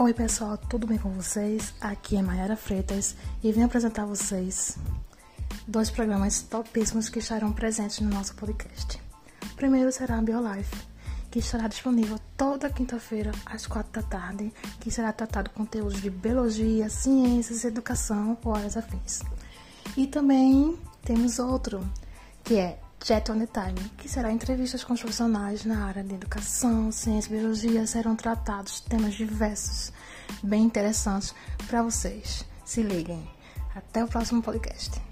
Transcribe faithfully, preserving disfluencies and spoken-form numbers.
Oi pessoal, tudo bem com vocês? Aqui é Mayara Freitas e vim apresentar a vocês dois programas topíssimos que estarão presentes no nosso podcast. O primeiro será a BioLife, que estará disponível toda quinta-feira às quatro da tarde, que será tratado conteúdos de biologia, ciências, educação ou áreas afins. E também temos outro, que é Chat on the Time, que será entrevistas com os profissionais na área de educação, ciência e biologia. Serão tratados temas diversos, bem interessantes para vocês. Se liguem. Até o próximo podcast.